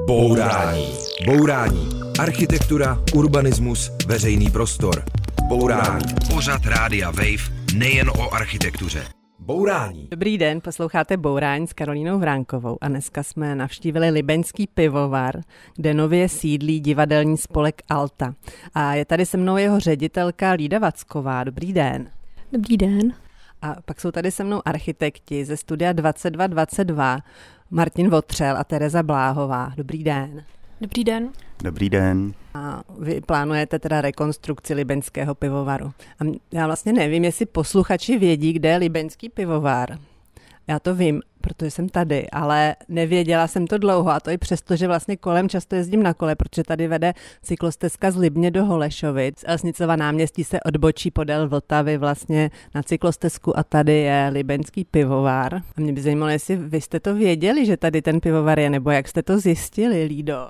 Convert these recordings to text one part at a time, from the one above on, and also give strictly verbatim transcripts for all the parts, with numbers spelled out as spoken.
Bourání. Bourání. Architektura, urbanismus, veřejný prostor. Bourání. Pořad Rádia Wave nejen o architektuře. Bourání. Dobrý den, posloucháte Bourání s Karolínou Vránkovou a dneska jsme navštívili libeňský pivovar, kde nově sídlí divadelní spolek Alta. A je tady se mnou jeho ředitelka Lída Vacková. Dobrý den. Dobrý den. A pak jsou tady se mnou architekti ze studia dvacet dva dvacet dva, Martin Votřel a Tereza Bláhová. Dobrý den. Dobrý den. Dobrý den. A vy plánujete teda rekonstrukci libeňského pivovaru. A já vlastně nevím, jestli posluchači vědí, kde je libeňský pivovar. Já to vím, protože jsem tady, ale nevěděla jsem to dlouho a to i přesto, že vlastně kolem často jezdím na kole, protože tady vede cyklostezka z Libně do Holešovic. Elsnicova náměstí se odbočí podél Vltavy vlastně na cyklostezku a tady je libeňský pivovar. A mě by zajímalo, jestli vy jste to věděli, že tady ten pivovar je, nebo jak jste to zjistili, Lído?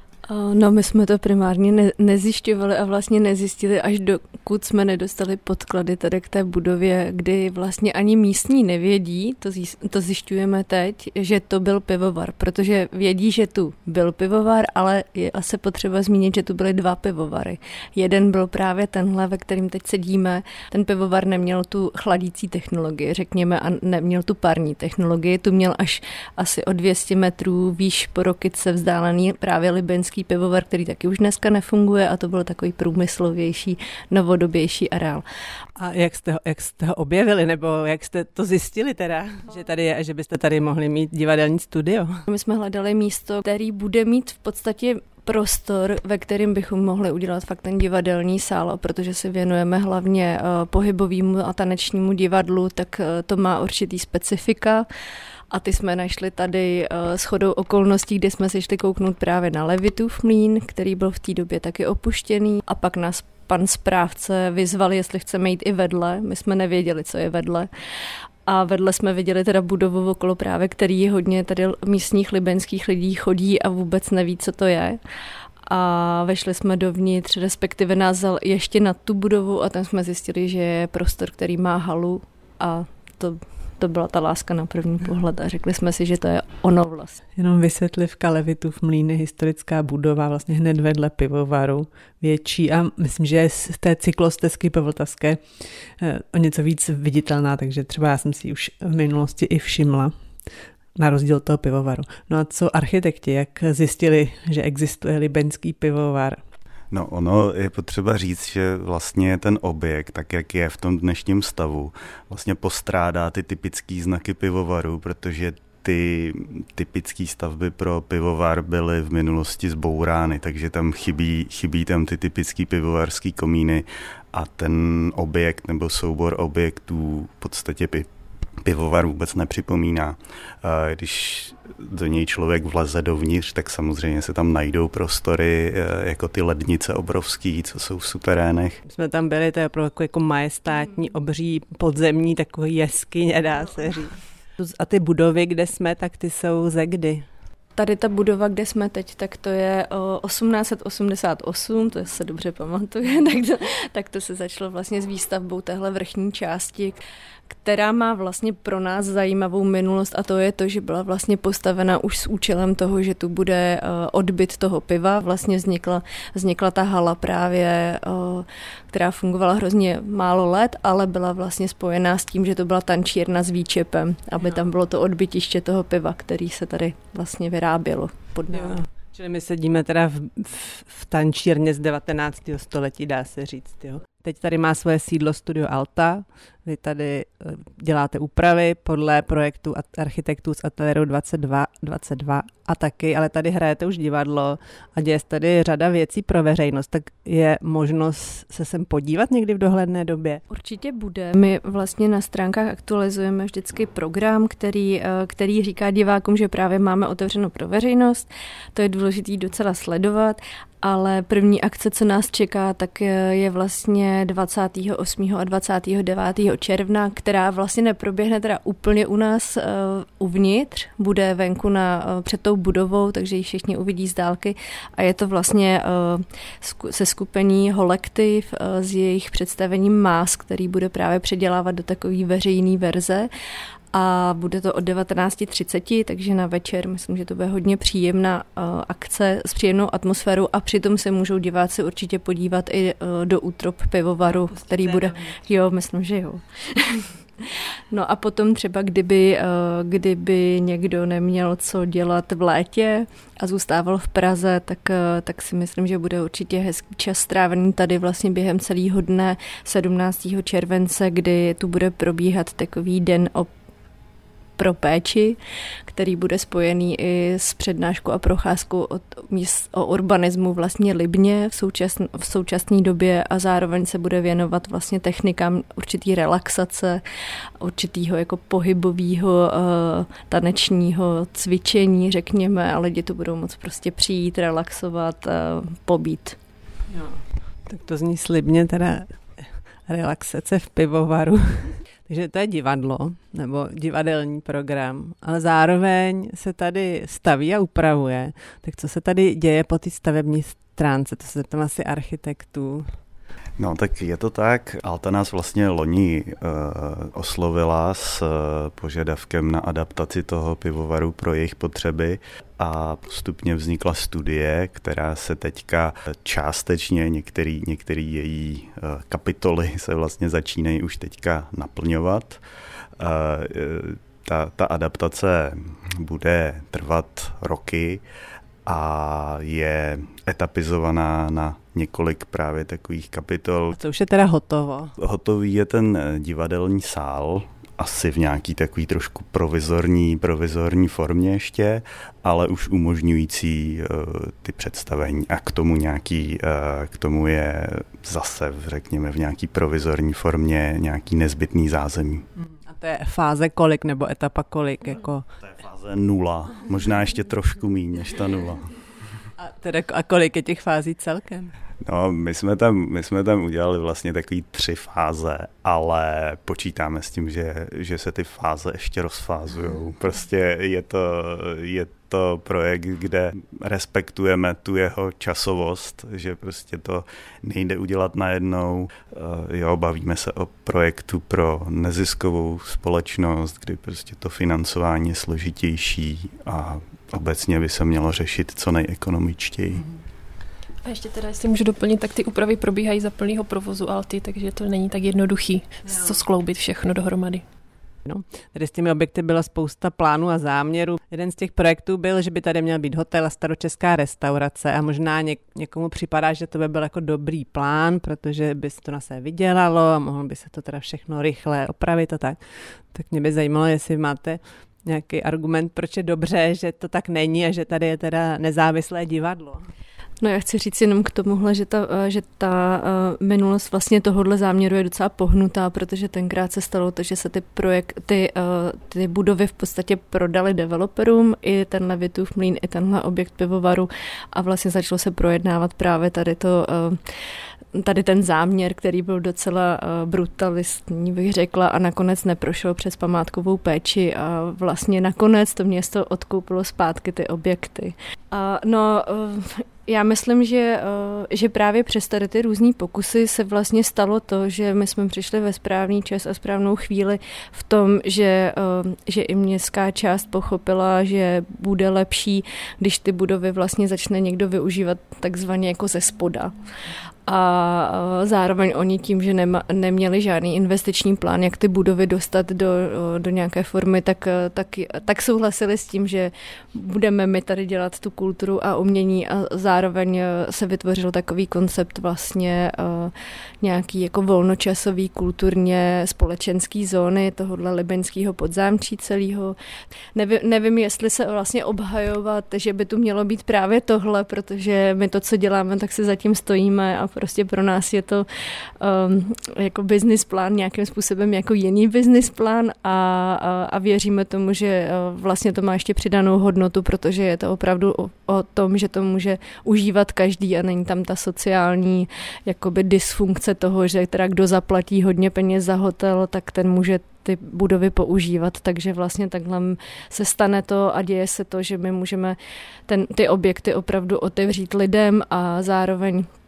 No, my jsme to primárně ne- nezjišťovali a vlastně nezjistili, až dokud jsme nedostali podklady tady k té budově, kdy vlastně ani místní nevědí, to, zji- to zjišťujeme teď, že to byl pivovar, protože vědí, že tu byl pivovar, ale je asi potřeba zmínit, že tu byly dva pivovary. Jeden byl právě tenhle, ve kterým teď sedíme. Ten pivovar neměl tu chladící technologii, řekněme, a neměl tu parní technologii, tu měl až asi o dvě stě metrů výš po Rokytce vzdálený právě libeňský pivovar, který taky už dneska nefunguje a to byl takový průmyslovější, novodobější areál. A jak jste, ho, jak jste ho objevili, nebo jak jste to zjistili teda, že tady je a že byste tady mohli mít divadelní studio? My jsme hledali místo, který bude mít v podstatě prostor, ve kterém bychom mohli udělat fakt ten divadelní sál, protože se věnujeme hlavně uh, pohybovému a tanečnímu divadlu, tak uh, to má určitý specifika. A ty jsme našli tady uh, shodou okolností, kde jsme se šli kouknout právě na Levitův mlýn, který byl v té době taky opuštěný. A pak nás pan správce vyzval, jestli chceme jít i vedle. My jsme nevěděli, co je vedle. A vedle jsme viděli teda budovu okolo právě, který hodně tady místních libeňských lidí chodí a vůbec neví, co to je. A vešli jsme dovnitř, respektive nás vzal ještě na tu budovu a tam jsme zjistili, že je prostor, který má halu a to... To byla ta láska na první pohled a řekli jsme si, že to je ono vlastně. Jenom vysvětlivka, Levitův mlýn je historická budova, vlastně hned vedle pivovaru, větší a myslím, že je z té cyklostezky po Vltavské o něco víc viditelná, takže třeba já jsem si ji už v minulosti i všimla, na rozdíl toho pivovaru. No a co architekti, jak zjistili, že existuje libeňský pivovar? No ono je potřeba říct, že vlastně ten objekt, tak jak je v tom dnešním stavu, vlastně postrádá ty typické znaky pivovaru, protože ty typické stavby pro pivovar byly v minulosti zbourány, takže tam chybí, chybí tam ty typické pivovarské komíny a ten objekt nebo soubor objektů v podstatě pi- pivovar vůbec nepřipomíná. Když do něj člověk vleze dovnitř, tak samozřejmě se tam najdou prostory jako ty lednice obrovský, co jsou v suterénech. Jsme tam byli, to je opravdu jako majestátní, obří, podzemní, takový jeskyně, dá se říct. A ty budovy, kde jsme, tak ty jsou ze kdy? Tady ta budova, kde jsme teď, tak to je osmnáct osmdesát osm, to se dobře pamatuje, tak to, tak to se začalo vlastně s výstavbou téhle vrchní části, která má vlastně pro nás zajímavou minulost a to je to, že byla vlastně postavena už s účelem toho, že tu bude odbyt toho piva. Vlastně vznikla, vznikla ta hala právě, která fungovala hrozně málo let, ale byla vlastně spojená s tím, že to byla tančírna s výčepem, aby tam bylo to odbytiště toho piva, který se tady vlastně vyrábělo pod námi. Čili my sedíme teda v, v, v tančírně z devatenáctého století, dá se říct. Jo. Teď tady má svoje sídlo Studio Alta, vy tady děláte úpravy podle projektu architektů z ateliéru dvacet dva dvacet dva a taky, ale tady hrajete už divadlo a děje tady řada věcí pro veřejnost, tak je možnost se sem podívat někdy v dohledné době? Určitě bude. My vlastně na stránkách aktualizujeme vždycky program, který, který říká divákům, že právě máme otevřeno pro veřejnost. To je důležité docela sledovat, ale první akce, co nás čeká, tak je vlastně dvacátého osmého a dvacátého devátého června, která vlastně neproběhne teda úplně u nás uh, uvnitř, bude venku na, uh, před tou budovou, takže ji všichni uvidí z dálky a je to vlastně uh, sku, se skupení Holektiv uh, s jejich představením Más, který bude právě předělávat do takové veřejné verze a bude to od devatenáct třicet, takže na večer, myslím, že to bude hodně příjemná uh, akce s příjemnou atmosférou a přitom se můžou diváci určitě podívat i uh, do útrop pivovaru, prostě který bude, jo, myslím, že jo. No a potom třeba, kdyby, kdyby někdo neměl co dělat v létě a zůstával v Praze, tak, tak si myslím, že bude určitě hezký čas strávený tady vlastně během celého dne sedmnáctého července, kdy tu bude probíhat takový den o pro péči, který bude spojený i s přednáškou a procházkou o, o urbanismu vlastně Libně v, současn, v současné době a zároveň se bude věnovat vlastně technikám určitý relaxace, určitýho jako pohybového uh, tanečního cvičení, řekněme, a lidi tu budou moc prostě přijít, relaxovat, uh, pobít. Jo. Tak to zní slibně, teda relaxace v pivovaru. Takže to je divadlo, nebo divadelní program, ale zároveň se tady staví a upravuje. Tak co se tady děje po té stavební stránce? To se tam asi architektů. No tak je to tak. Alta nás vlastně loni uh, oslovila s uh, požadavkem na adaptaci toho pivovaru pro jejich potřeby a postupně vznikla studie, která se teďka částečně, některý, některý její uh, kapitoly se vlastně začínají už teďka naplňovat. Uh, ta, ta adaptace bude trvat roky a je etapizovaná na několik právě takových kapitol. A to už je teda hotovo? Hotový je ten divadelní sál, asi v nějaký takový trošku provizorní, provizorní formě ještě, ale už umožňující uh, ty představení a k tomu nějaký, uh, k tomu je zase, řekněme, v nějaký provizorní formě nějaký nezbytný zázemí. A to je fáze kolik nebo etapa kolik? Jako... To je fáze nula, možná ještě trošku míň než ta nula. A, teda, a kolik je těch fází celkem? No, my jsme tam, my jsme tam udělali vlastně takový tři fáze, ale počítáme s tím, že, že se ty fáze ještě rozfázujou. Prostě je to, je to projekt, kde respektujeme tu jeho časovost, že prostě to nejde udělat najednou. Jo, bavíme se o projektu pro neziskovou společnost, kdy prostě to financování je složitější a obecně by se mělo řešit co nejekonomičtěji. A ještě teda, jestli můžu doplnit, tak ty úpravy probíhají za plného provozu Alty, takže to není tak jednoduchý no. to skloubit všechno dohromady. No, tady s těmi objekty byla spousta plánů a záměrů. Jeden z těch projektů byl, že by tady měl být hotel a staročeská restaurace a možná něk- někomu připadá, že to by byl jako dobrý plán, protože by se to na sebe vydělalo a mohlo by se to teda všechno rychle opravit a tak. Tak mě by zajímalo, jestli máte nějaký argument, proč je dobře, že to tak není a že tady je teda nezávislé divadlo. No já chci říct jenom k tomuhle, že ta, že ta minulost vlastně tohohle záměru je docela pohnutá, protože tenkrát se stalo to, že se ty projekty, ty budovy v podstatě prodaly developerům, i tenhle Vitův mlýn, i tenhle objekt pivovaru a vlastně začalo se projednávat právě tady to, tady ten záměr, který byl docela brutalistní, bych řekla, a nakonec neprošel přes památkovou péči a vlastně nakonec to město odkoupilo zpátky ty objekty. A no, já myslím, že, že právě přes tady ty různý pokusy se vlastně stalo to, že my jsme přišli ve správný čas a správnou chvíli v tom, že, že i městská část pochopila, že bude lepší, když ty budovy vlastně začne někdo využívat takzvaně jako ze spoda. A zároveň oni tím, že nema, neměli žádný investiční plán, jak ty budovy dostat do, do nějaké formy, tak, tak, tak souhlasili s tím, že budeme my tady dělat tu kulturu a umění a zároveň se vytvořil takový koncept vlastně nějaký jako volnočasový kulturně společenský zóny tohohle libeňského podzámčí celého. Nevím, nevím, jestli se vlastně obhajovat, že by tu mělo být právě tohle, protože my to, co děláme, tak si zatím stojíme a prostě pro nás je to um, jako business plán nějakým způsobem jako jiný business plán a, a, a věříme tomu, že uh, vlastně to má ještě přidanou hodnotu, protože je to opravdu o, o tom, že to může užívat každý a není tam ta sociální jakoby dysfunkce toho, že teda kdo zaplatí hodně peněz za hotel, tak ten může ty budovy používat, takže vlastně takhle se stane to a děje se to, že my můžeme ten, ty objekty opravdu otevřít lidem a zároveň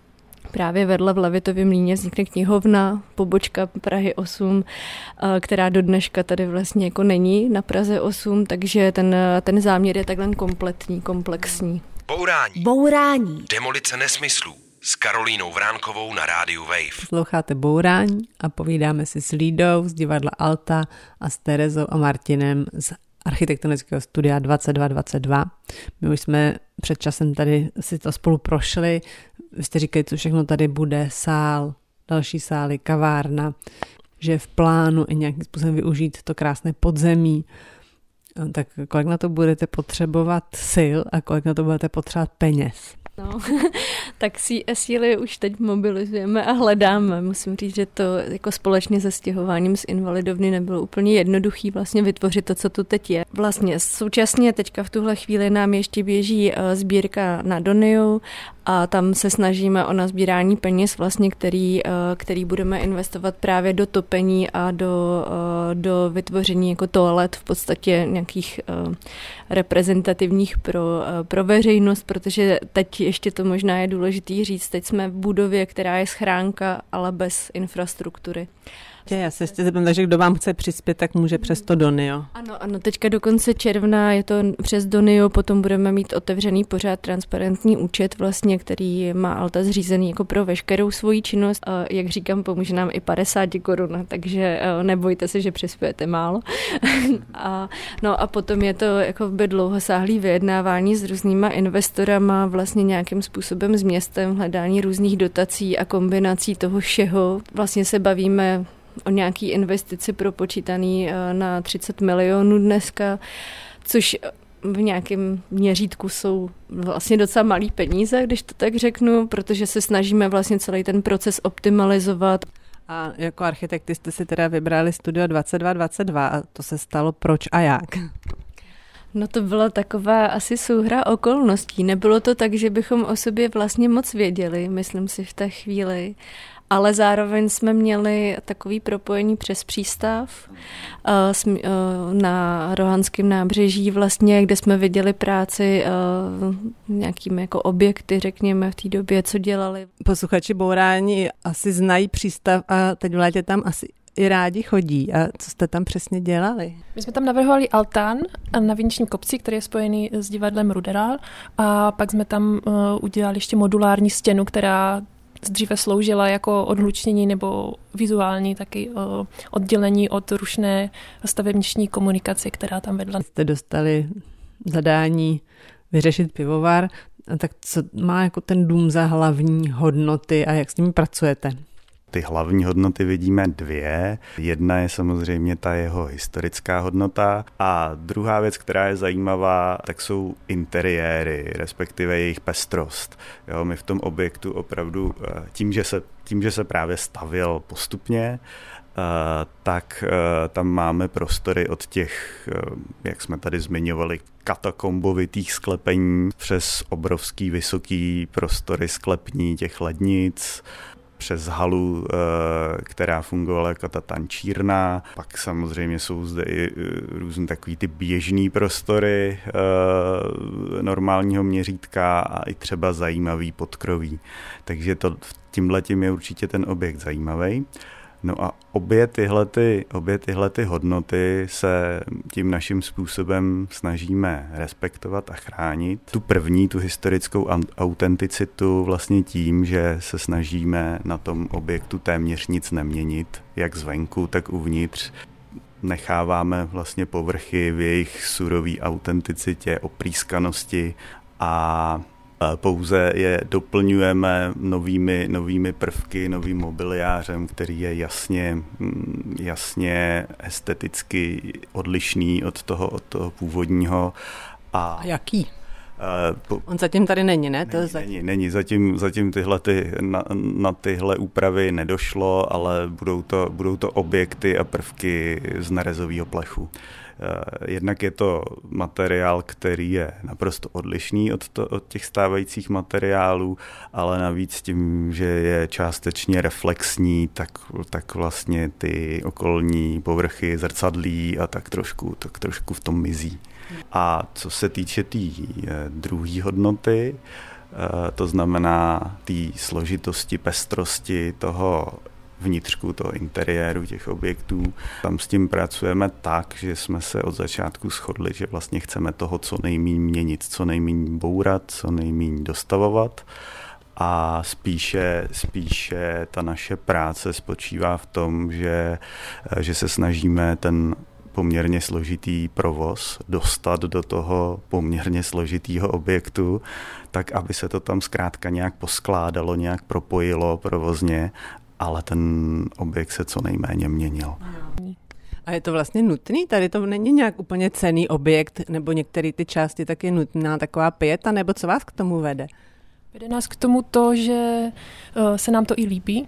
Právě vedle v Levitově mlýně vznikne knihovna, pobočka Prahy osm, která do dneška tady vlastně jako není na Praze osm, takže ten, ten záměr je takhle kompletní, komplexní. Bourání. Bourání. Demolice nesmyslů s Karolínou Vránkovou na rádiu Wave. Posloucháte Bourání a povídáme si s Lídou z divadla Alta a s Terezou a Martinem z architektonického studia dvacet dva dvacet dva. My už jsme před časem tady si to spolu prošli. Vy jste říkali, co všechno tady bude, sál, další sály, kavárna, že je v plánu i nějakým způsobem využít to krásné podzemí. Tak kolik na to budete potřebovat sil a kolik na to budete potřebovat peněz? No, tak sí, síly už teď mobilizujeme a hledáme. Musím říct, že to jako společně se stěhováním z Invalidovny nebylo úplně jednoduchý vlastně vytvořit to, co tu teď je. Vlastně současně teďka v tuhle chvíli nám ještě běží sbírka na Doniu a tam se snažíme o nazbírání peněz, vlastně, který, který budeme investovat právě do topení a do, do vytvoření jako toalet, v podstatě nějakých reprezentativních pro, pro veřejnost, protože teď ještě to možná je důležitý říct, teď jsme v budově, která je schránka, ale bez infrastruktury. Já se ještě zeptám, takže kdo vám chce přispět, tak může přes to Donio. Ano, ano, teďka do konce června je to přes Donio, potom budeme mít otevřený pořád transparentní účet, vlastně, který má Alta zřízený jako pro veškerou svoji činnost. A jak říkám, pomůže nám i padesát korun, takže nebojte se, že přispějete málo. a, no a potom je to jako by dlouhosáhlý vyjednávání s různýma investorama, vlastně nějakým způsobem s městem, hledání různých dotací a kombinací toho všeho. Vlastně se bavíme o nějaký investici propočítaný na třicet milionů dneska, což v nějakém měřítku jsou vlastně docela malý peníze, když to tak řeknu, protože se snažíme vlastně celý ten proces optimalizovat. A jako architekti jste si teda vybrali studio dvacet dva dvacet dva a to se stalo proč a jak? No to byla taková asi souhra okolností. Nebylo to tak, že bychom o sobě vlastně moc věděli, myslím si v té chvíli, ale zároveň jsme měli takový propojení přes přístav na Rohanském nábřeží vlastně, kde jsme viděli práci nějakými jako objekty, řekněme, v té době, co dělali. Posluchači Bourání asi znají přístav a teď v létě tam asi i rádi chodí. A co jste tam přesně dělali? My jsme tam navrhovali altán na Viničním kopci, který je spojený s divadlem Ruderal, a pak jsme tam uh, udělali ještě modulární stěnu, která dříve sloužila jako odhlučnění nebo vizuální taky uh, oddělení od rušné stavebniční komunikace, která tam vedla. Jste dostali zadání vyřešit pivovar, tak co má jako ten dům za hlavní hodnoty a jak s nimi pracujete? Ty hlavní hodnoty vidíme dvě. Jedna je samozřejmě ta jeho historická hodnota a druhá věc, která je zajímavá, tak jsou interiéry, respektive jejich pestrost. Jo, my v tom objektu opravdu tím, že se, tím, že se právě stavěl postupně, tak tam máme prostory od těch, jak jsme tady zmiňovali, katakombovitých sklepení přes obrovský vysoký prostory sklepní těch lednic, přes halu, která fungovala jako ta tančírna. Pak samozřejmě jsou zde i různé takový ty běžný prostory normálního měřítka a i třeba zajímavý podkroví. Takže to, tímhletím je určitě ten objekt zajímavý. No a obě tyhle, ty, obě tyhle ty hodnoty se tím naším způsobem snažíme respektovat a chránit. Tu první, tu historickou autenticitu vlastně tím, že se snažíme na tom objektu téměř nic neměnit, jak zvenku, tak uvnitř. Necháváme vlastně povrchy v jejich surové autenticitě, oprýskanosti a pouze je doplňujeme novými, novými prvky, novým mobiliářem, který je jasně, jasně esteticky odlišný od toho, od toho původního. A, a jaký? Uh, po, On zatím tady není, ne? Není, to není, není. Zatím, zatím tyhle ty, na, na tyhle úpravy nedošlo, ale budou to, budou to objekty a prvky z nerezového plechu. Jednak je to materiál, který je naprosto odlišný od, to, od těch stávajících materiálů, ale navíc tím, že je částečně reflexní, tak, tak vlastně ty okolní povrchy zrcadlí a tak trošku, tak trošku v tom mizí. A co se týče té tý druhé hodnoty, to znamená té složitosti, pestrosti toho vnitřku, toho interiéru těch objektů. Tam s tím pracujeme tak, že jsme se od začátku shodli, že vlastně chceme toho co nejméně měnit, co nejméně bourat, co nejméně dostavovat. A spíše, spíše ta naše práce spočívá v tom, že, že se snažíme ten poměrně složitý provoz dostat do toho poměrně složitýho objektu, tak aby se to tam zkrátka nějak poskládalo, nějak propojilo provozně, ale ten objekt se co nejméně měnil. A je to vlastně nutný? Tady to není nějak úplně cenný objekt, nebo některé ty části tak je nutná taková pieta, nebo co vás k tomu vede? Vede nás k tomu to, že se nám to i líbí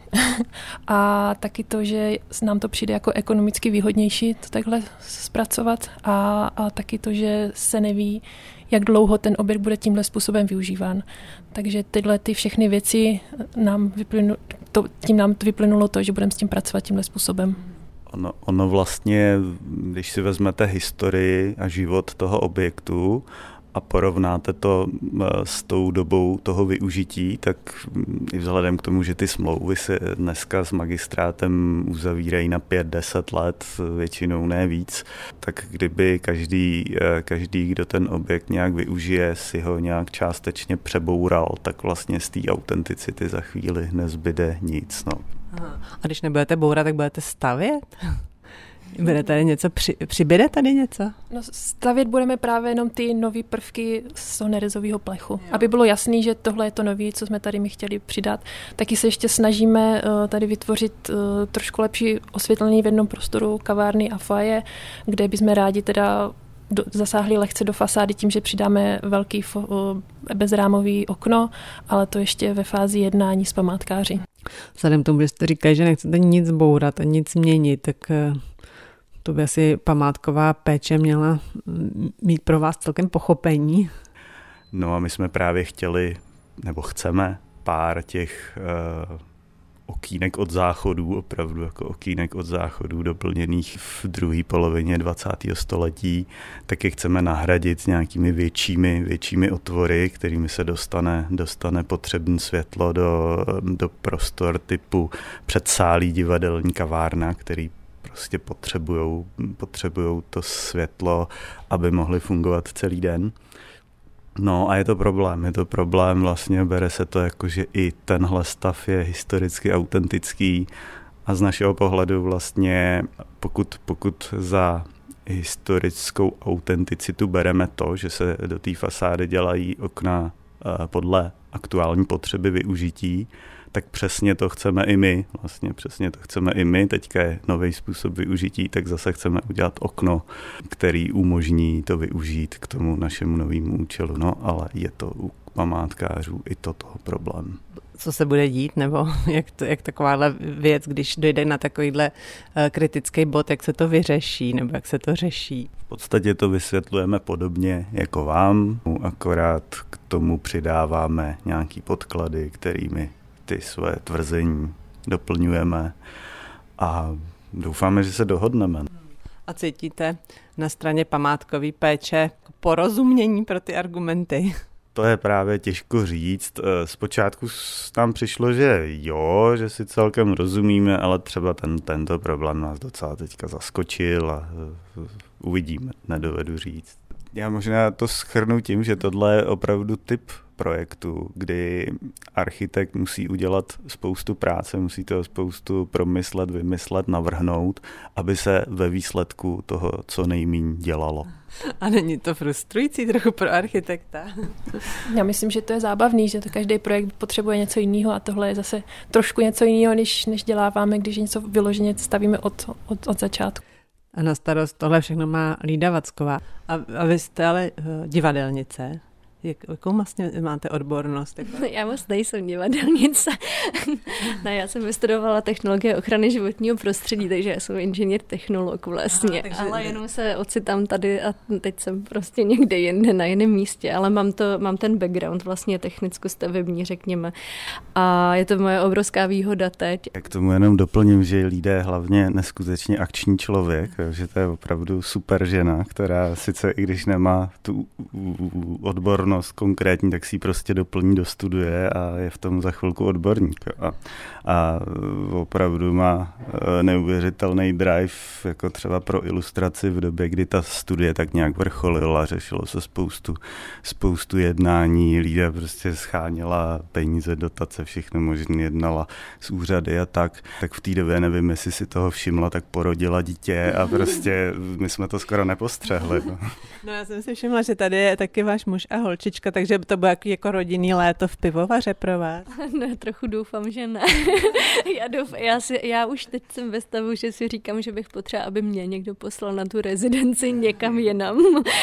a taky to, že nám to přijde jako ekonomicky výhodnější to takhle zpracovat a, a taky to, že se neví, jak dlouho ten objekt bude tímhle způsobem využíván. Takže tyhle ty všechny věci nám vyplynu, to, tím nám to vyplynulo to, že budeme s tím pracovat tímhle způsobem. Ono, ono vlastně, když si vezmete historii a život toho objektu, a porovnáte to s tou dobou toho využití, tak i vzhledem k tomu, že ty smlouvy se dneska s magistrátem uzavírají na pět deset let, většinou ne víc, tak kdyby každý, každý, kdo ten objekt nějak využije, si ho nějak částečně přeboural, tak vlastně z té autenticity za chvíli nezbyde nic. No. Aha. A když nebudete bourat, tak budete stavět? Bude tady něco, při, přibyde tady něco? No, stavět budeme právě jenom ty nový prvky z toho nerezového plechu. Jo. Aby bylo jasný, že tohle je to nový, co jsme tady my chtěli přidat. Taky se ještě snažíme uh, tady vytvořit uh, trošku lepší osvětlení v jednom prostoru kavárny a foaje, kde bychom rádi teda do, zasáhli lehce do fasády tím, že přidáme velký fo, uh, bezrámový okno, ale to ještě ve fázi jednání s památkáři. Vzhledem tomu, že jste říkali, že nechcete nic bourat a nic měnit, tak to by asi památková péče měla mít pro vás celkem pochopení. No a my jsme právě chtěli, nebo chceme pár těch uh, okýnek od záchodů, opravdu jako okýnek od záchodů doplněných v druhé polovině dvacátého století, tak je chceme nahradit nějakými většími, většími otvory, kterými se dostane, dostane potřebné světlo do, do prostor typu předsálí, divadelní, kavárna, který prostě potřebujou, potřebujou to světlo, aby mohli fungovat celý den. No a je to problém, je to problém, vlastně bere se to jako, že i tenhle stav je historicky autentický a z našeho pohledu vlastně, pokud, pokud za historickou autenticitu bereme to, že se do té fasády dělají okna podle aktuální potřeby využití, tak přesně to chceme i my, vlastně přesně to chceme i my, teďka je nový způsob využití, tak zase chceme udělat okno, který umožní to využít k tomu našemu novému účelu, no ale je to u památkářů i toto problém. Co se bude dít, nebo jak, to, jak takováhle věc, když dojde na takovýhle uh, kritický bod, jak se to vyřeší, nebo jak se to řeší? V podstatě to vysvětlujeme podobně jako vám, akorát k tomu přidáváme nějaký podklady, kterými ty svoje tvrzení doplňujeme a doufáme, že se dohodneme. A cítíte na straně památkové péče porozumění pro ty argumenty? To je právě těžko říct. Zpočátku nám přišlo, že jo, že si celkem rozumíme, ale třeba ten, tento problém nás docela teďka zaskočil a uvidíme, nedovedu říct. Já možná to shrnu tím, že tohle je opravdu typ projektu, kdy architekt musí udělat spoustu práce, musí to spoustu promyslet, vymyslet, navrhnout, aby se ve výsledku toho co nejméně dělalo. A není to frustrující trochu pro architekta? Já myslím, že to je zábavný, že to každý projekt potřebuje něco jiného a tohle je zase trošku něco jiného, než, než děláváme, když něco vyloženě stavíme od, od, od začátku. A na starost tohle všechno má Lída Vacková. A, a vy jste ale uh, divadelnice. Jak, jakou vlastně máte odbornost? No, já moc nejsem divadelnice. Ne, já jsem vystudovala technologie ochrany životního prostředí, takže já jsem inženýr technolog vlastně. Aha, takže... Ale jenom se ocitám tady a teď jsem prostě někde jinde na jiném místě, ale mám, to, mám ten background vlastně technicko-stavební, řekněme. A je to moje obrovská výhoda teď. Já k tomu jenom doplním, že Lída je hlavně neskutečně akční člověk, že to je opravdu super žena, která sice i když nemá tu odbornost schopnost konkrétní, tak si ji prostě doplní, dostuduje a je v tom za chvilku odborník. A, a opravdu má neuvěřitelný drive, jako třeba pro ilustraci v době, kdy ta studie tak nějak vrcholila, řešilo se spoustu, spoustu jednání, Lída prostě scháněla peníze, dotace, všechno možné, jednala s úřady a tak. Tak v té době, nevím, jestli si toho všimla, tak porodila dítě a prostě my jsme to skoro nepostřehli. No, no já jsem si všimla, že tady je taky váš muž a holčička, takže to bylo jako rodinný léto v pivovaře pro vás. Ne, trochu doufám, že ne. já, douf, já, si, já už teď jsem ve stavu, že si říkám, že bych potřeba, aby mě někdo poslal na tu rezidenci někam jinam.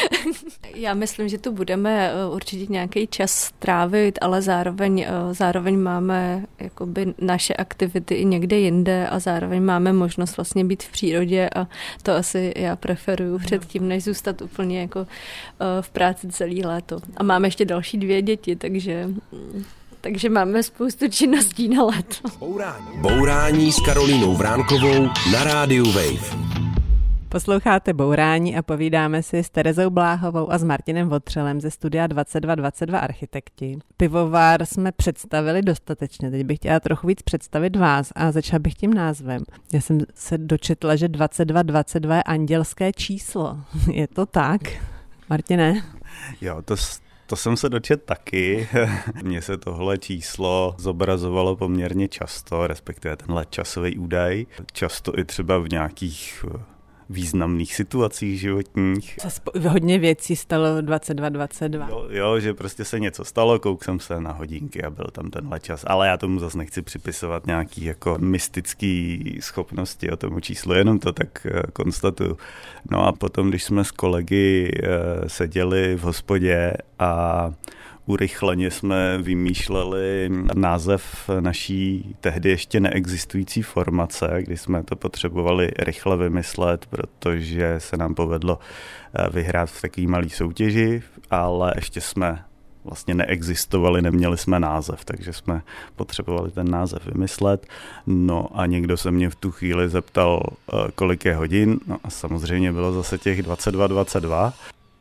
Já myslím, že tu budeme určitě nějaký čas trávit, ale zároveň, zároveň máme jakoby naše aktivity i někde jinde a zároveň máme možnost vlastně být v přírodě a to asi já preferuju předtím, než zůstat úplně jako v práci celý léto. A máme ještě další dvě děti, takže... Takže máme spoustu činností na léto. Bourání. Bourání s Karolínou Vránkovou na rádiu Wave. Posloucháte Bourání a povídáme si s Terezou Bláhovou a s Martinem Votřelem ze studia dvacet dva dvacet dva Architekti. Pivovár jsme představili dostatečně, teď bych chtěla trochu víc představit vás a začala bych tím názvem. Já jsem se dočetla, že dvacet dva dvacet dva je andělské číslo. Je to tak? Martine? Jo, to To jsem se dočet taky. Mně se tohle číslo zobrazovalo poměrně často, respektive tenhle časový údaj. Často i třeba v nějakých významných situacích životních. Se hodně věcí stalo dvacet dva dvacet dva. Jo, jo, že prostě se něco stalo, kouk jsem se na hodinky a byl tam tenhle čas. Ale já tomu zase nechci připisovat nějaký jako mystický schopnosti o tomu číslu, jenom to tak konstatuju. No a potom, když jsme s kolegy seděli v hospodě a urychleně jsme vymýšleli název naší tehdy ještě neexistující formace, kdy jsme to potřebovali rychle vymyslet, protože se nám povedlo vyhrát v takové malé soutěži, ale ještě jsme vlastně neexistovali, neměli jsme název, takže jsme potřebovali ten název vymyslet. No a někdo se mě v tu chvíli zeptal, kolik je hodin, no a samozřejmě bylo zase těch dvacet dva dvacet dva.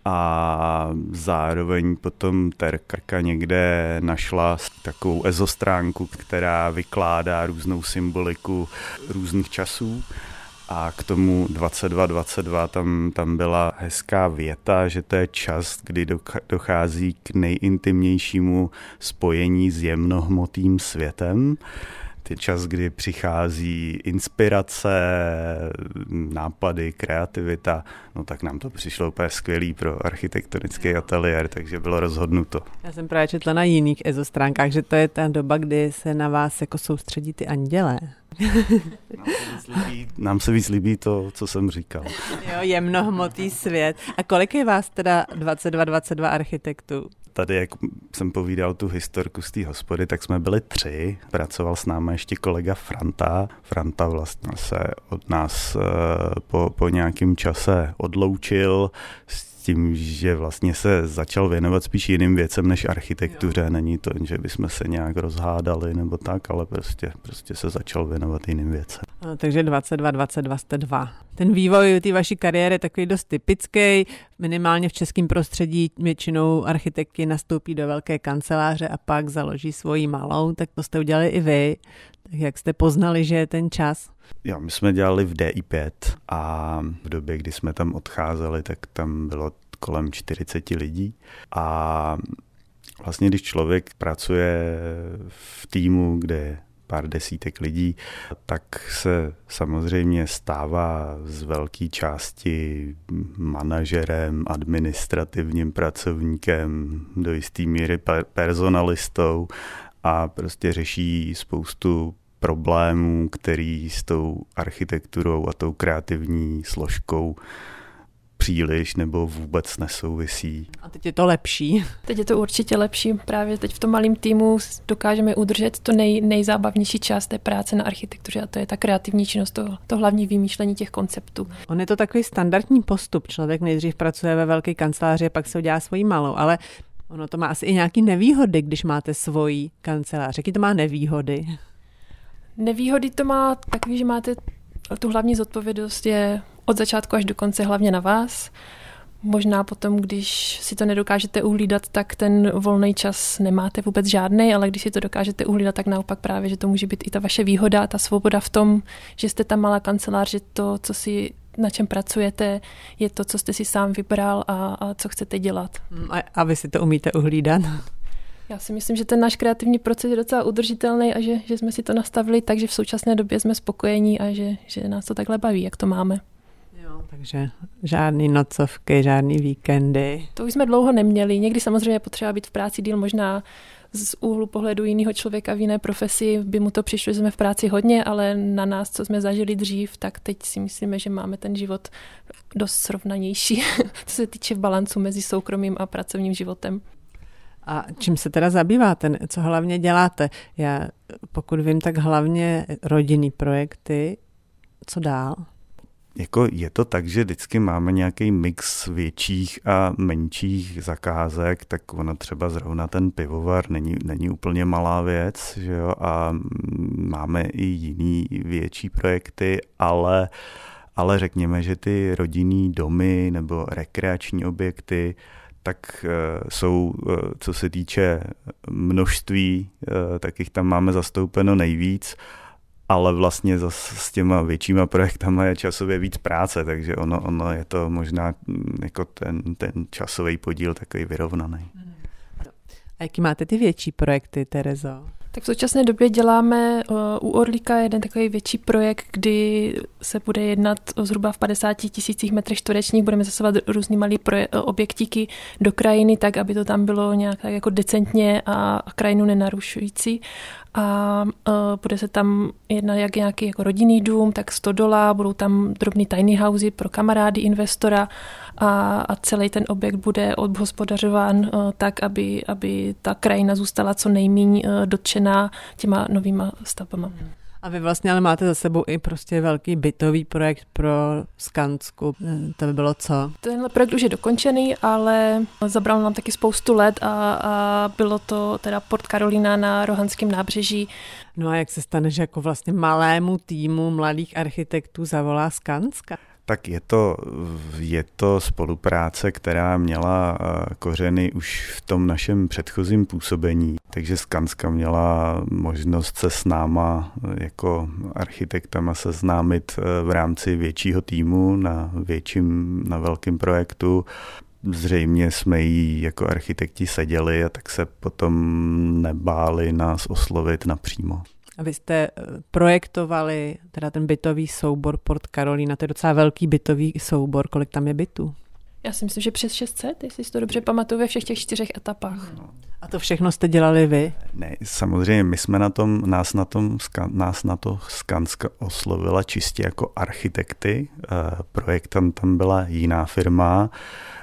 A zároveň potom Terka někde našla takovou ezostránku, která vykládá různou symboliku různých časů. A k tomu dvacet dva dvacet dva tam, tam byla hezká věta, že to je čas, kdy dochází k nejintimnějšímu spojení s jemnohmotným světem. Je čas, kdy přichází inspirace, nápady, kreativita, no tak nám to přišlo úplně skvělý pro architektonický ateliér, takže bylo rozhodnuto. Já jsem právě četla na jiných ezostránkách, že to je ta doba, kdy se na vás jako soustředí ty andělé. Nám se víc líbí, nám se víc líbí to, co jsem říkal. Jo, jemnohmotný svět. A kolik je vás teda dvacet dva dvacet dva architektů? Tady, jak jsem povídal tu historku z té hospody, tak jsme byli tři. Pracoval s námi ještě kolega Franta. Franta vlastně se od nás po, po nějakém čase odloučil s tím, že vlastně se začal věnovat spíš jiným věcem než architektuře. Jo. Není to, že bychom se nějak rozhádali nebo tak, ale prostě, prostě se začal věnovat jiným věcem. No, takže dvacet dva dvacet dva jste dva. Ten vývoj té vaší kariéry je takový dost typický. Minimálně v českém prostředí většinou architekti nastoupí do velké kanceláře a pak založí svoji malou, tak to jste udělali i vy. Tak jak jste poznali, že je ten čas? Jo, my jsme dělali v D I pět a v době, kdy jsme tam odcházeli, tak tam bylo kolem čtyřicet lidí a vlastně, když člověk pracuje v týmu, kde je pár desítek lidí, tak se samozřejmě stává z velké části manažerem, administrativním pracovníkem, do jisté míry personalistou a prostě řeší spoustu problémů, který s tou architekturou a tou kreativní složkou příliš nebo vůbec nesouvisí. A teď je to lepší. Teď je to určitě lepší. Právě teď v tom malém týmu dokážeme udržet to nej, nejzábavnější část té práce na architektuře a to je ta kreativní činnost, to, to hlavní vymýšlení těch konceptů. On je to takový standardní postup. Člověk nejdřív pracuje ve velké kanceláři a pak se udělá svoji malou, ale ono to má asi i nějaký nevýhody, když máte svoji kancelář. Jaký to má nevýhody? Nevýhody to má takový, že máte tu hlavní zodpovědnost je od začátku až do konce hlavně na vás. Možná potom, když si to nedokážete uhlídat, tak ten volný čas nemáte vůbec žádný, ale když si to dokážete uhlídat, tak naopak právě, že to může být i ta vaše výhoda, ta svoboda v tom, že jste ta malá kancelář, že to, co si, na čem pracujete, je to, co jste si sám vybral a, a co chcete dělat. A, a vy si to umíte uhlídat? Já si myslím, že ten náš kreativní proces je docela udržitelný a že, že jsme si to nastavili tak, že v současné době jsme spokojení a že, že nás to takhle baví, jak to máme. Jo, takže žádný nocovky, žádný víkendy. To už jsme dlouho neměli. Někdy samozřejmě je potřeba být v práci díl, možná z úhlu pohledu jiného člověka v jiné profesi by mu to přišlo, že jsme v práci hodně, ale na nás, co jsme zažili dřív, tak teď si myslíme, že máme ten život dost srovnanější, co se týče balancu mezi soukromým a pracovním životem. A čím se teda zabýváte? Co hlavně děláte? Já, pokud vím, tak hlavně rodinný projekty. Co dál? Jako je to tak, že vždycky máme nějaký mix větších a menších zakázek, tak ono třeba zrovna ten pivovar není, není úplně malá věc, že jo? A máme i jiný větší projekty, ale, ale řekněme, že ty rodinný domy nebo rekreační objekty tak jsou, co se týče množství, tak jich tam máme zastoupeno nejvíc, ale vlastně zase s těma většíma projektama je časově víc práce, takže ono, ono je to možná jako ten, ten časový podíl takový vyrovnaný. A jaký máte ty větší projekty, Terezo? Tak v současné době děláme u Orlíka jeden takový větší projekt, kdy se bude jednat o zhruba v padesáti tisících metrech čtverečních. Budeme zasovat různý malý objektíky do krajiny, tak aby to tam bylo nějak tak jako decentně a krajinu nenarušující. A uh, bude se tam jednat jak nějaký jako rodinný dům, tak stodola, budou tam drobný tiny housey pro kamarády investora a, a celý ten objekt bude obhospodařován uh, tak, aby, aby ta krajina zůstala co nejméně uh, dotčená těma novýma stavbama. A vy vlastně ale máte za sebou i prostě velký bytový projekt pro Skansku. To by bylo co? Tenhle projekt už je dokončený, ale zabral nám taky spoustu let a, a bylo to teda Port Carolina na Rohanském nábřeží. No a jak se stane, že jako vlastně malému týmu mladých architektů zavolá Skanska? Tak je to, je to spolupráce, která měla kořeny už v tom našem předchozím působení. Takže Skanska měla možnost se s náma jako architektama seznámit v rámci většího týmu na větším, na velkém projektu. Zřejmě jsme jí jako architekti seděli a tak se potom nebáli nás oslovit napřímo. A vy jste projektovali teda ten bytový soubor Port Carolina, to je docela velký bytový soubor, kolik tam je bytů? Já si myslím, že přes šest set, jestli si to dobře pamatuju, ve všech těch čtyřech etapách. A to všechno jste dělali vy? Ne, samozřejmě, my jsme na tom, nás na, tom, nás na to Skanska oslovila čistě jako architekty. Projektant tam byla jiná firma,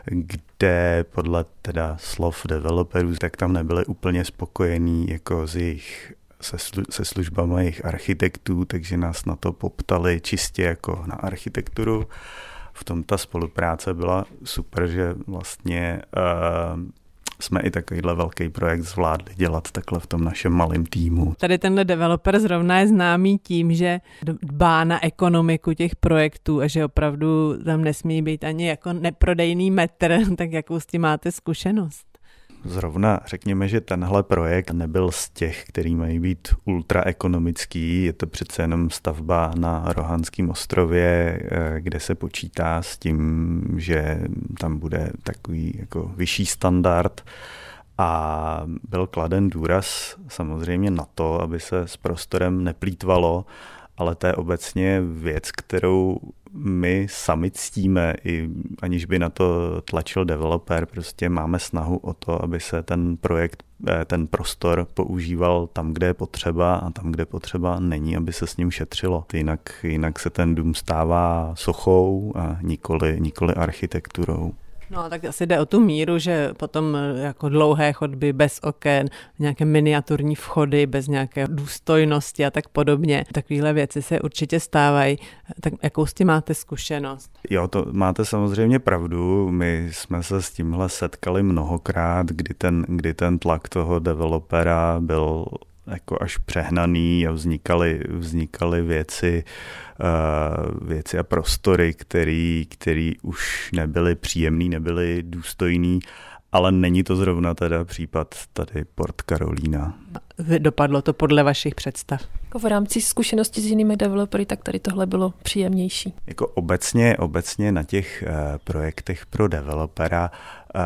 kde podle teda slov developerů, tak tam nebyli úplně spokojení jako z jejich Se, slu, se službama jejich architektů, takže nás na to poptali čistě jako na architekturu. V tom ta spolupráce byla super, že vlastně uh, jsme i takovýhle velký projekt zvládli dělat takhle v tom našem malém týmu. Tady tenhle developer zrovna je známý tím, že dbá na ekonomiku těch projektů a že opravdu tam nesmí být ani jako neprodejný metr, tak jakou s tím máte zkušenost? Zrovna řekněme, že tenhle projekt nebyl z těch, který mají být ultraekonomický. Je to přece jenom stavba na Rohanském ostrově, kde se počítá s tím, že tam bude takový jako vyšší standard. A byl kladen důraz samozřejmě na to, aby se s prostorem neplýtvalo, ale to je obecně věc, kterou my sami ctíme, i aniž by na to tlačil developer. Prostě máme snahu o to, aby se ten projekt, ten prostor používal tam, kde je potřeba a tam, kde potřeba není, aby se s ním šetřilo. Jinak, jinak se ten dům stává sochou a nikoli, nikoli architekturou. No tak asi jde o tu míru, že potom jako dlouhé chodby bez oken, nějaké miniaturní vchody bez nějaké důstojnosti a tak podobně. Takovéhle věci se určitě stávají. Tak jakou s tím máte zkušenost? Jo, to máte samozřejmě pravdu. My jsme se s tímhle setkali mnohokrát, kdy ten, kdy ten tlak toho developera byl jako až přehnaný a vznikaly, vznikaly věci, uh, věci a prostory, který, který už nebyly příjemný, nebyly důstojný, ale není to zrovna teda případ tady Port Carolina. Dopadlo to podle vašich představ? Jako v rámci zkušenosti s jinými developery, tak tady tohle bylo příjemnější. Jako obecně, obecně na těch uh, projektech pro developera uh,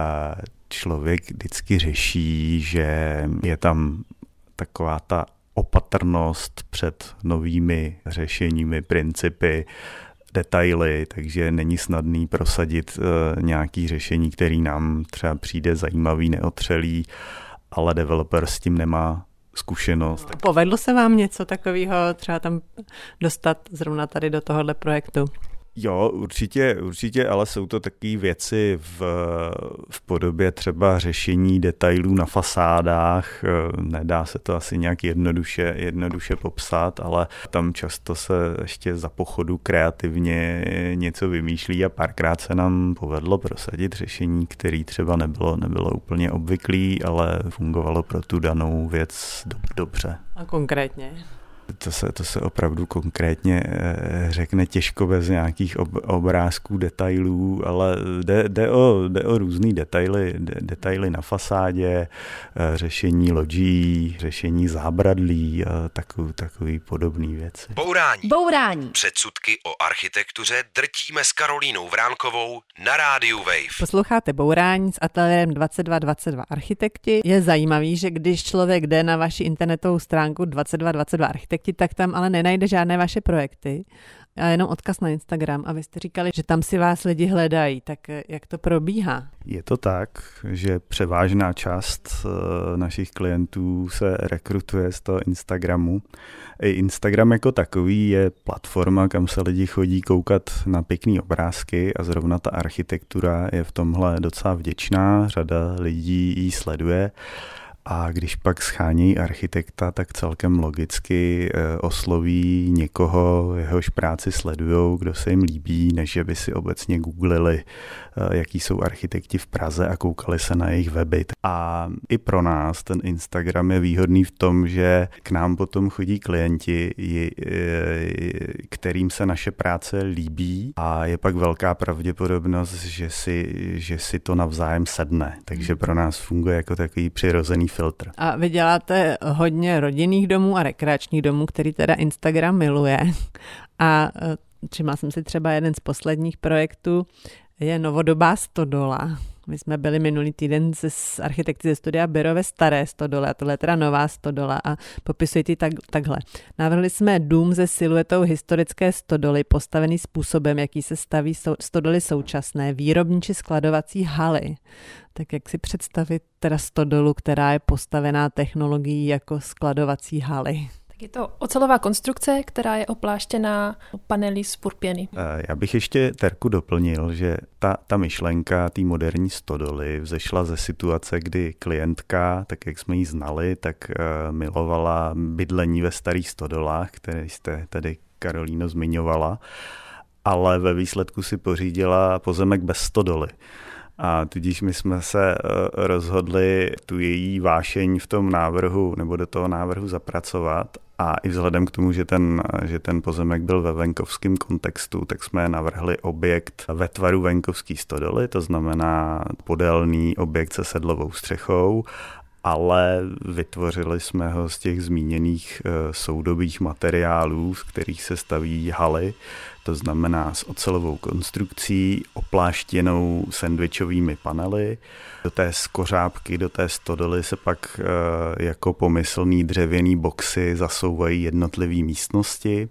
člověk vždycky řeší, že je tam taková ta opatrnost před novými řešeními, principy, detaily, takže není snadný prosadit uh, nějaký řešení, který nám třeba přijde zajímavý, neotřelý, ale developer s tím nemá zkušenost. Povedlo se vám něco takového třeba tam dostat zrovna tady do tohohle projektu? Jo, určitě, určitě, ale jsou to takové věci v, v podobě třeba řešení detailů na fasádách. Nedá se to asi nějak jednoduše, jednoduše popsat, ale tam často se ještě za pochodu kreativně něco vymýšlí a párkrát se nám povedlo prosadit řešení, které třeba nebylo, nebylo úplně obvyklý, ale fungovalo pro tu danou věc dobře. A konkrétně? To se, to se opravdu konkrétně řekne těžko bez nějakých ob, obrázků, detailů, ale jde, jde, o, jde o různý detaily, de, detaily na fasádě, řešení lodí, řešení zábradlí a takový, takový podobný věci. Bourání. Bourání. Předsudky o architektuře drtíme s Karolínou Vránkovou na rádiu Wave. Posloucháte Bourání s ateliérem dvacet dva dvacet dva architekti. Je zajímavý, že když člověk jde na vaši internetovou stránku dvacet dva dvacet dva architekti, tak tam ale nenajde žádné vaše projekty a jenom odkaz na Instagram. A vy jste říkali, že tam si vás lidi hledají, tak jak to probíhá? Je to tak, že převážná část našich klientů se rekrutuje z toho Instagramu. I Instagram jako takový je platforma, kam se lidi chodí koukat na pěkný obrázky a zrovna ta architektura je v tomhle docela vděčná, řada lidí ji sleduje. A když pak schánějí architekta, tak celkem logicky e, osloví někoho, jehož práci sledujou, kdo se jim líbí, než že by si obecně googlili, e, jaký jsou architekti v Praze a koukali se na jejich weby. A i pro nás ten Instagram je výhodný v tom, že k nám potom chodí klienti, je, e, kterým se naše práce líbí a je pak velká pravděpodobnost, že si, že si to navzájem sedne. Takže pro nás funguje jako takový přirozený filtr. A vy děláte hodně rodinných domů a rekreačních domů, který teda Instagram miluje. A všimla jsem si třeba jeden z posledních projektů, je novodobá stodola. My jsme byli minulý týden s architekty ze studia Biro ve staré stodole a tohle je teda nová stodola a popisují ty tak, takhle. Navrhli jsme dům se siluetou historické stodoly, postavený způsobem, jaký se staví stodoly současné, výrobní či skladovací haly. Tak jak si představit teda stodolu, která je postavená technologií jako skladovací haly? Je to ocelová konstrukce, která je opláštěná panely z purpěny. Já bych ještě, Terku, doplnil, že ta, ta myšlenka té moderní stodoly vzešla ze situace, kdy klientka, tak jak jsme ji znali, tak uh, milovala bydlení ve starých stodolách, které jste tady, Karolíno, zmiňovala, ale ve výsledku si pořídila pozemek bez stodoly. A tudíž my jsme se rozhodli tu její vášeň v tom návrhu nebo do toho návrhu zapracovat a i vzhledem k tomu, že ten, že ten pozemek byl ve venkovském kontextu, tak jsme navrhli objekt ve tvaru venkovské stodoly, to znamená podélný objekt se sedlovou střechou, ale vytvořili jsme ho z těch zmíněných soudobých materiálů, z kterých se staví haly, to znamená s ocelovou konstrukcí, opláštěnou sendvičovými panely. Do té skořápky, do té stodoly se pak jako pomyslný dřevěný boxy zasouvají jednotlivé místnosti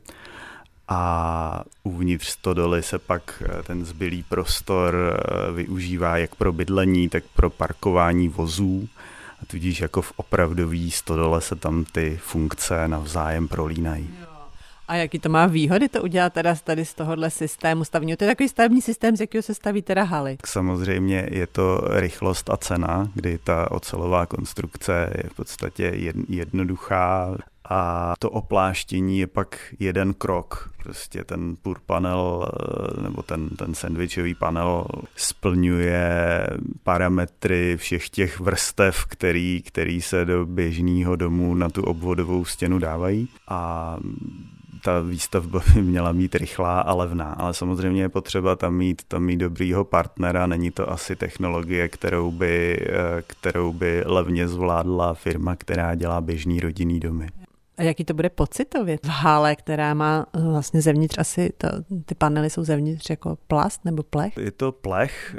a uvnitř stodoly se pak ten zbylý prostor využívá jak pro bydlení, tak pro parkování vozů. A tudíž jako v opravdový stodole se tam ty funkce navzájem prolínají. A jaký to má výhody to udělat teda tady z tohohle systému stavního? To je takový stavební systém, z jakého se staví teda haly. Samozřejmě je to rychlost a cena, kdy ta ocelová konstrukce je v podstatě jednoduchá a to opláštění je pak jeden krok. Prostě ten pur panel nebo ten, ten sandwichový panel splňuje parametry všech těch vrstev, který, který se do běžného domu na tu obvodovou stěnu dávají a ta výstavba by měla být rychlá a levná, ale samozřejmě je potřeba tam mít, tam mít dobrýho partnera, není to asi technologie, kterou by, kterou by levně zvládla firma, která dělá běžný rodinný domy. A jaký to bude pocitově v hale, která má vlastně zevnitř asi, to, ty panely jsou zevnitř jako plast nebo plech? Je to plech,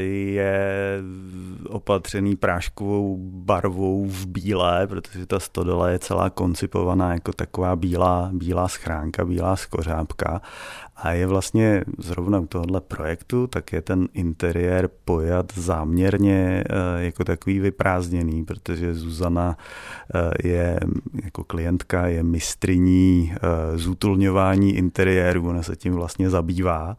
je opatřený práškovou barvou v bílé, protože ta stodola je celá koncipovaná jako taková bílá, bílá schránka, bílá skořápka. A je vlastně zrovna u tohohle projektu, tak je ten interiér pojat záměrně jako takový vyprázdněný, protože Zuzana je jako klientka, je mistryní zútulňování interiéru, ona se tím vlastně zabývá,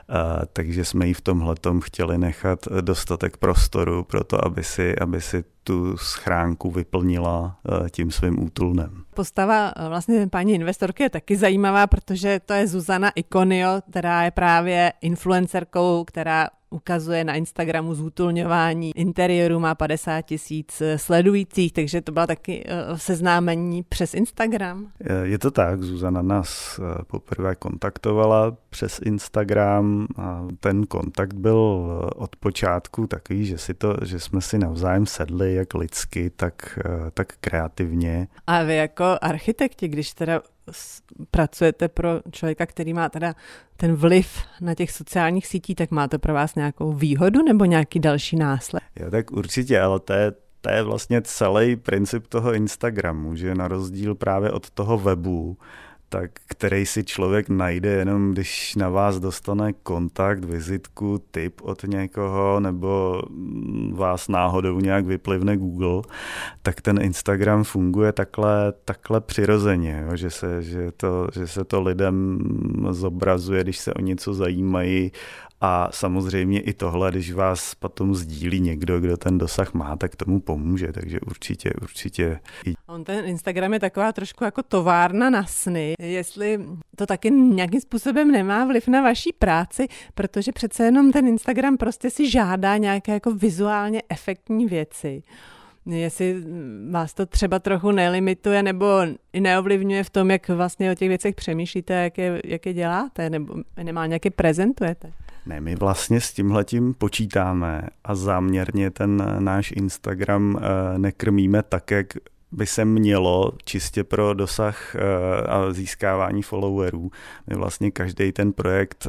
takže jsme jí v tomhletom chtěli nechat dostatek prostoru pro to, aby si, aby si tu schránku vyplnila tím svým útulnem. Postava vlastně paní investorky je taky zajímavá, protože to je Zuzana Ikonio, která je právě influencerkou, která ukazuje na Instagramu zútulňování interiéru, má padesát tisíc sledujících, takže to byla taky seznámení přes Instagram. Je to tak, Zuzana nás poprvé kontaktovala přes Instagram a ten kontakt byl od počátku takový, že, si to, že jsme si navzájem sedli jak lidsky, tak, tak kreativně. A vy jako architekti, když teda pracujete pro člověka, který má teda ten vliv na těch sociálních sítích, tak má to pro vás nějakou výhodu nebo nějaký další násled? Jo, tak určitě, ale to je, to je vlastně celý princip toho Instagramu, že na rozdíl právě od toho webu, tak který si člověk najde jenom, když na vás dostane kontakt, vizitku, tip od někoho, nebo vás náhodou nějak vyplivne Google, tak ten Instagram funguje takhle, takhle přirozeně, jo? Že, se, že, to, že se to lidem zobrazuje, když se o něco zajímají. A samozřejmě i tohle, když vás potom sdílí někdo, kdo ten dosah má, tak tomu pomůže, takže určitě, určitě. On ten Instagram je taková trošku jako továrna na sny, jestli to taky nějakým způsobem nemá vliv na vaší práci, protože přece jenom ten Instagram prostě si žádá nějaké jako vizuálně efektní věci. Jestli vás to třeba trochu nelimituje nebo i neovlivňuje v tom, jak vlastně o těch věcech přemýšlíte, jak je, jak je děláte, nebo minimálně jak je prezentujete. Ne, my vlastně s tímhletím počítáme a záměrně ten náš Instagram nekrmíme tak, jak by se mělo čistě pro dosah a získávání followerů. My vlastně každý ten projekt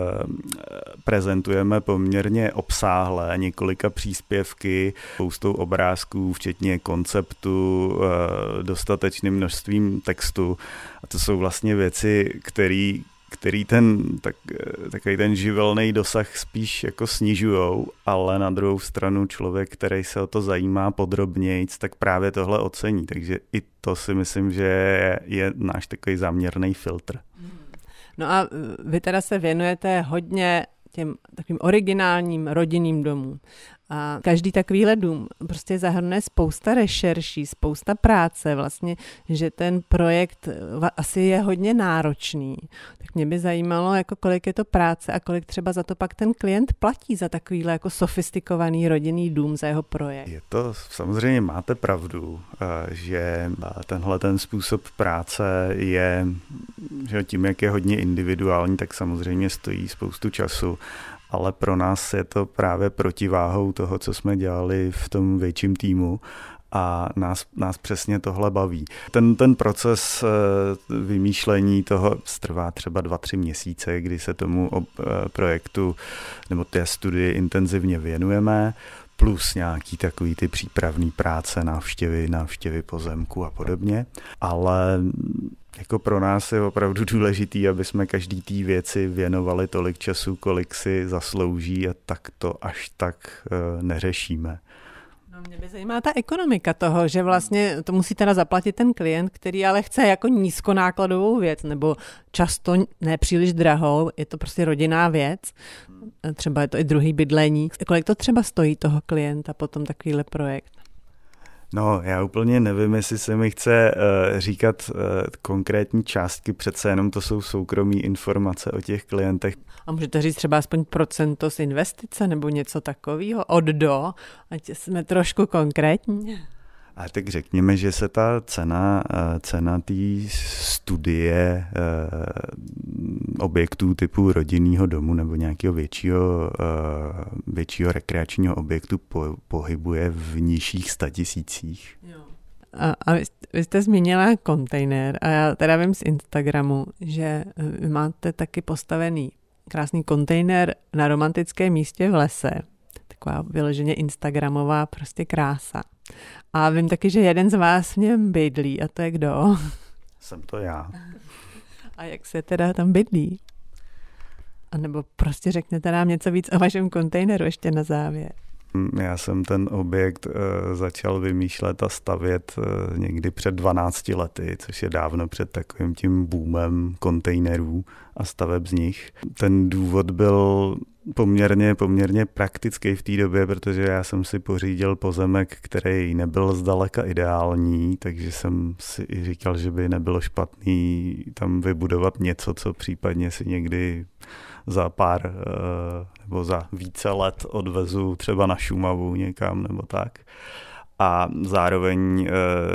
prezentujeme poměrně obsáhle, několika příspěvky, spoustou obrázků, včetně konceptu, dostatečným množstvím textu. A to jsou vlastně věci, které který ten, tak, takový ten živelný dosah spíš jako snižujou, ale na druhou stranu člověk, který se o to zajímá podrobnějc, tak právě tohle ocení. Takže i to si myslím, že je, je náš takový záměrný filtr. No a vy teda se věnujete hodně těm takovým originálním rodinným domům. A každý takovýhle dům prostě zahrnuje spousta rešerší, spousta práce vlastně, že ten projekt asi je hodně náročný. Tak mě by zajímalo, jako kolik je to práce a kolik třeba za to pak ten klient platí za takovýhle jako sofistikovaný rodinný dům, za jeho projekt. Je to, samozřejmě máte pravdu, že tenhle ten způsob práce je, že tím, jak je hodně individuální, tak samozřejmě stojí spoustu času. Ale pro nás je to právě protiváhou toho, co jsme dělali v tom větším týmu a nás, nás přesně tohle baví. Ten, ten proces vymýšlení toho trvá třeba dva, tři měsíce, kdy se tomu projektu nebo té studii intenzivně věnujeme, plus nějaký takový ty přípravný práce, návštěvy, návštěvy pozemku a podobně. Ale jako pro nás je opravdu důležitý, aby jsme každý té věci věnovali tolik času, kolik si zaslouží a tak to až tak uh, neřešíme. No, mě by zajímá ta ekonomika toho, že vlastně to musí teda zaplatit ten klient, který ale chce jako nízkonákladovou věc, nebo často nepříliš drahou, je to prostě rodinná věc, třeba je to i druhý bydlení. Kolik to třeba stojí toho klienta potom takovýhle projekt? No, já úplně nevím, jestli se mi chce uh, říkat uh, konkrétní částky, přece jenom to jsou soukromé informace o těch klientech. A můžete říct třeba aspoň procento z investice nebo něco takového od do, ať jsme trošku konkrétní. A tak řekněme, že se ta cena, cena té studie objektů typu rodinného domu nebo nějakého většího, většího rekreačního objektu pohybuje v nižších statisících. A, a vy, vy jste zmínila kontejner a já teda vím z Instagramu, že vy máte taky postavený krásný kontejner na romantickém místě v lese. Taková vyloženě instagramová prostě krása. A vím taky, že jeden z vás v něm bydlí. A to je kdo? Jsem to já. A jak se teda tam bydlí? A nebo prostě řekněte nám něco víc o vašem kontejneru ještě na závěr. Já jsem ten objekt uh, začal vymýšlet a stavět uh, někdy před dvanácti lety, což je dávno před takovým tím boomem kontejnerů a staveb z nich. Ten důvod byl poměrně, poměrně praktický v té době, protože já jsem si pořídil pozemek, který nebyl zdaleka ideální, takže jsem si i říkal, že by nebylo špatný tam vybudovat něco, co případně si někdy za pár nebo za více let odvezu třeba na Šumavu někam nebo tak. A zároveň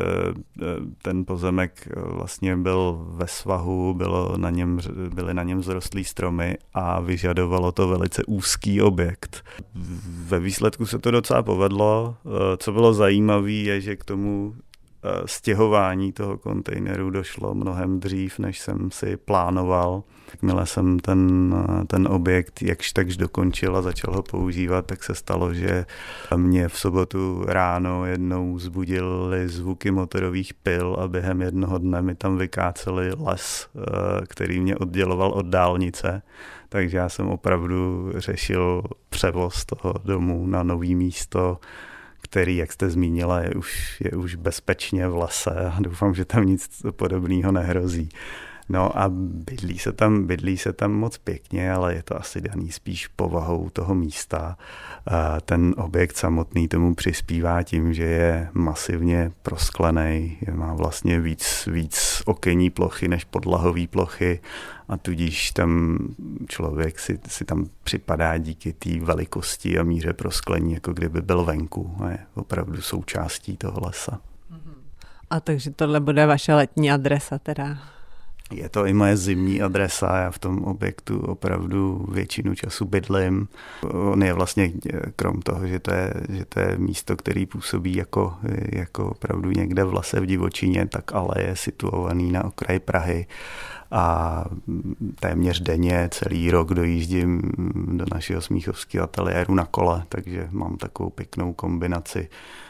ten pozemek vlastně byl ve svahu, bylo na něm, byly na něm vzrostlý stromy a vyžadovalo to velice úzký objekt. Ve výsledku se to docela povedlo. Co bylo zajímavé, je, že k tomu stěhování toho kontejneru došlo mnohem dřív, než jsem si plánoval. Jakmile jsem ten, ten objekt jakž takž dokončil a začal ho používat, tak se stalo, že mě v sobotu ráno jednou zbudily zvuky motorových pil a během jednoho dne mi tam vykáceli les, který mě odděloval od dálnice. Takže já jsem opravdu řešil převoz toho domu na nový místo, který, jak jste zmínila, je už, je už bezpečně v lese a doufám, že tam nic podobného nehrozí. No a bydlí se tam, bydlí se tam moc pěkně, ale je to asi daný spíš povahou toho místa. Ten objekt samotný tomu přispívá tím, že je masivně prosklený, má vlastně víc, víc okenní plochy než podlahové plochy a tudíž tam člověk si, si tam připadá díky té velikosti a míře prosklení, jako kdyby byl venku a je opravdu součástí toho lesa. A takže tohle bude vaše letní adresa teda? Je to i moje zimní adresa, já v tom objektu opravdu většinu času bydlím. On je vlastně, krom toho, že to je, že to je místo, který působí jako, jako opravdu někde v lese v divočině, tak ale je situovaný na okraji Prahy a téměř denně celý rok dojíždím do našeho smíchovského ateliéru na kole, takže mám takovou pěknou kombinaci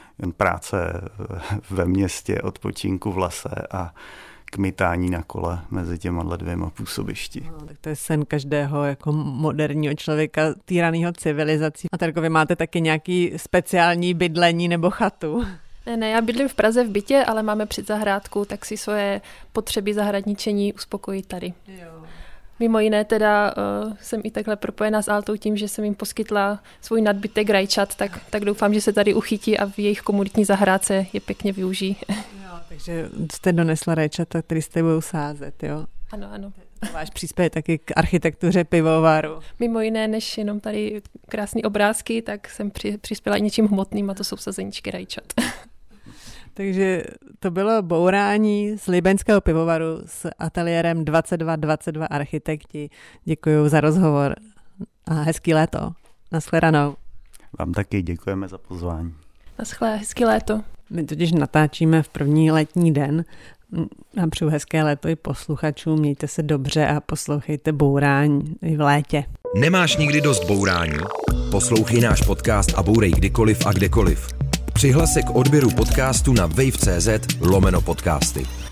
práce ve městě, odpočinku v lese a kmitání na kole mezi těma dvěma působišti. No, tak to je sen každého jako moderního člověka týraného civilizací. A Terko, vy máte taky nějaký speciální bydlení nebo chatu? Ne, ne, já bydlím v Praze v bytě, ale máme předzahrádku, tak si svoje potřeby zahradničení uspokojit tady. Jo. Mimo jiné teda uh, jsem i takhle propojená s Altou tím, že jsem jim poskytla svůj nadbytek rajčat, tak, tak doufám, že se tady uchytí a v jejich komunitní zahrádce je pěkně využijí. Jo, takže jste donesla rajčata, který jste budou sázet, jo? Ano, ano. Váš příspěvek taky k architektuře pivovaru. Mimo jiné, než jenom tady krásný obrázky, tak jsem při, přispěla i něčím hmotným a to jsou sazeničky rajčat. Takže to bylo bourání z Libeňského pivovaru s ateliérem dvacet dva dvacet dva Architekti. Děkuji za rozhovor a hezký léto. Naschledanou. Vám taky děkujeme za pozvání. Naschle, hezký léto. My totiž natáčíme v první letní den. A přeju hezké léto i posluchačům. Mějte se dobře a poslouchejte bourání i v létě. Nemáš nikdy dost bourání? Poslouchej náš podcast a bourej kdykoliv a kdekoliv. Přihlas se k odběru podcastu na wave tečka cz lomeno podcasty.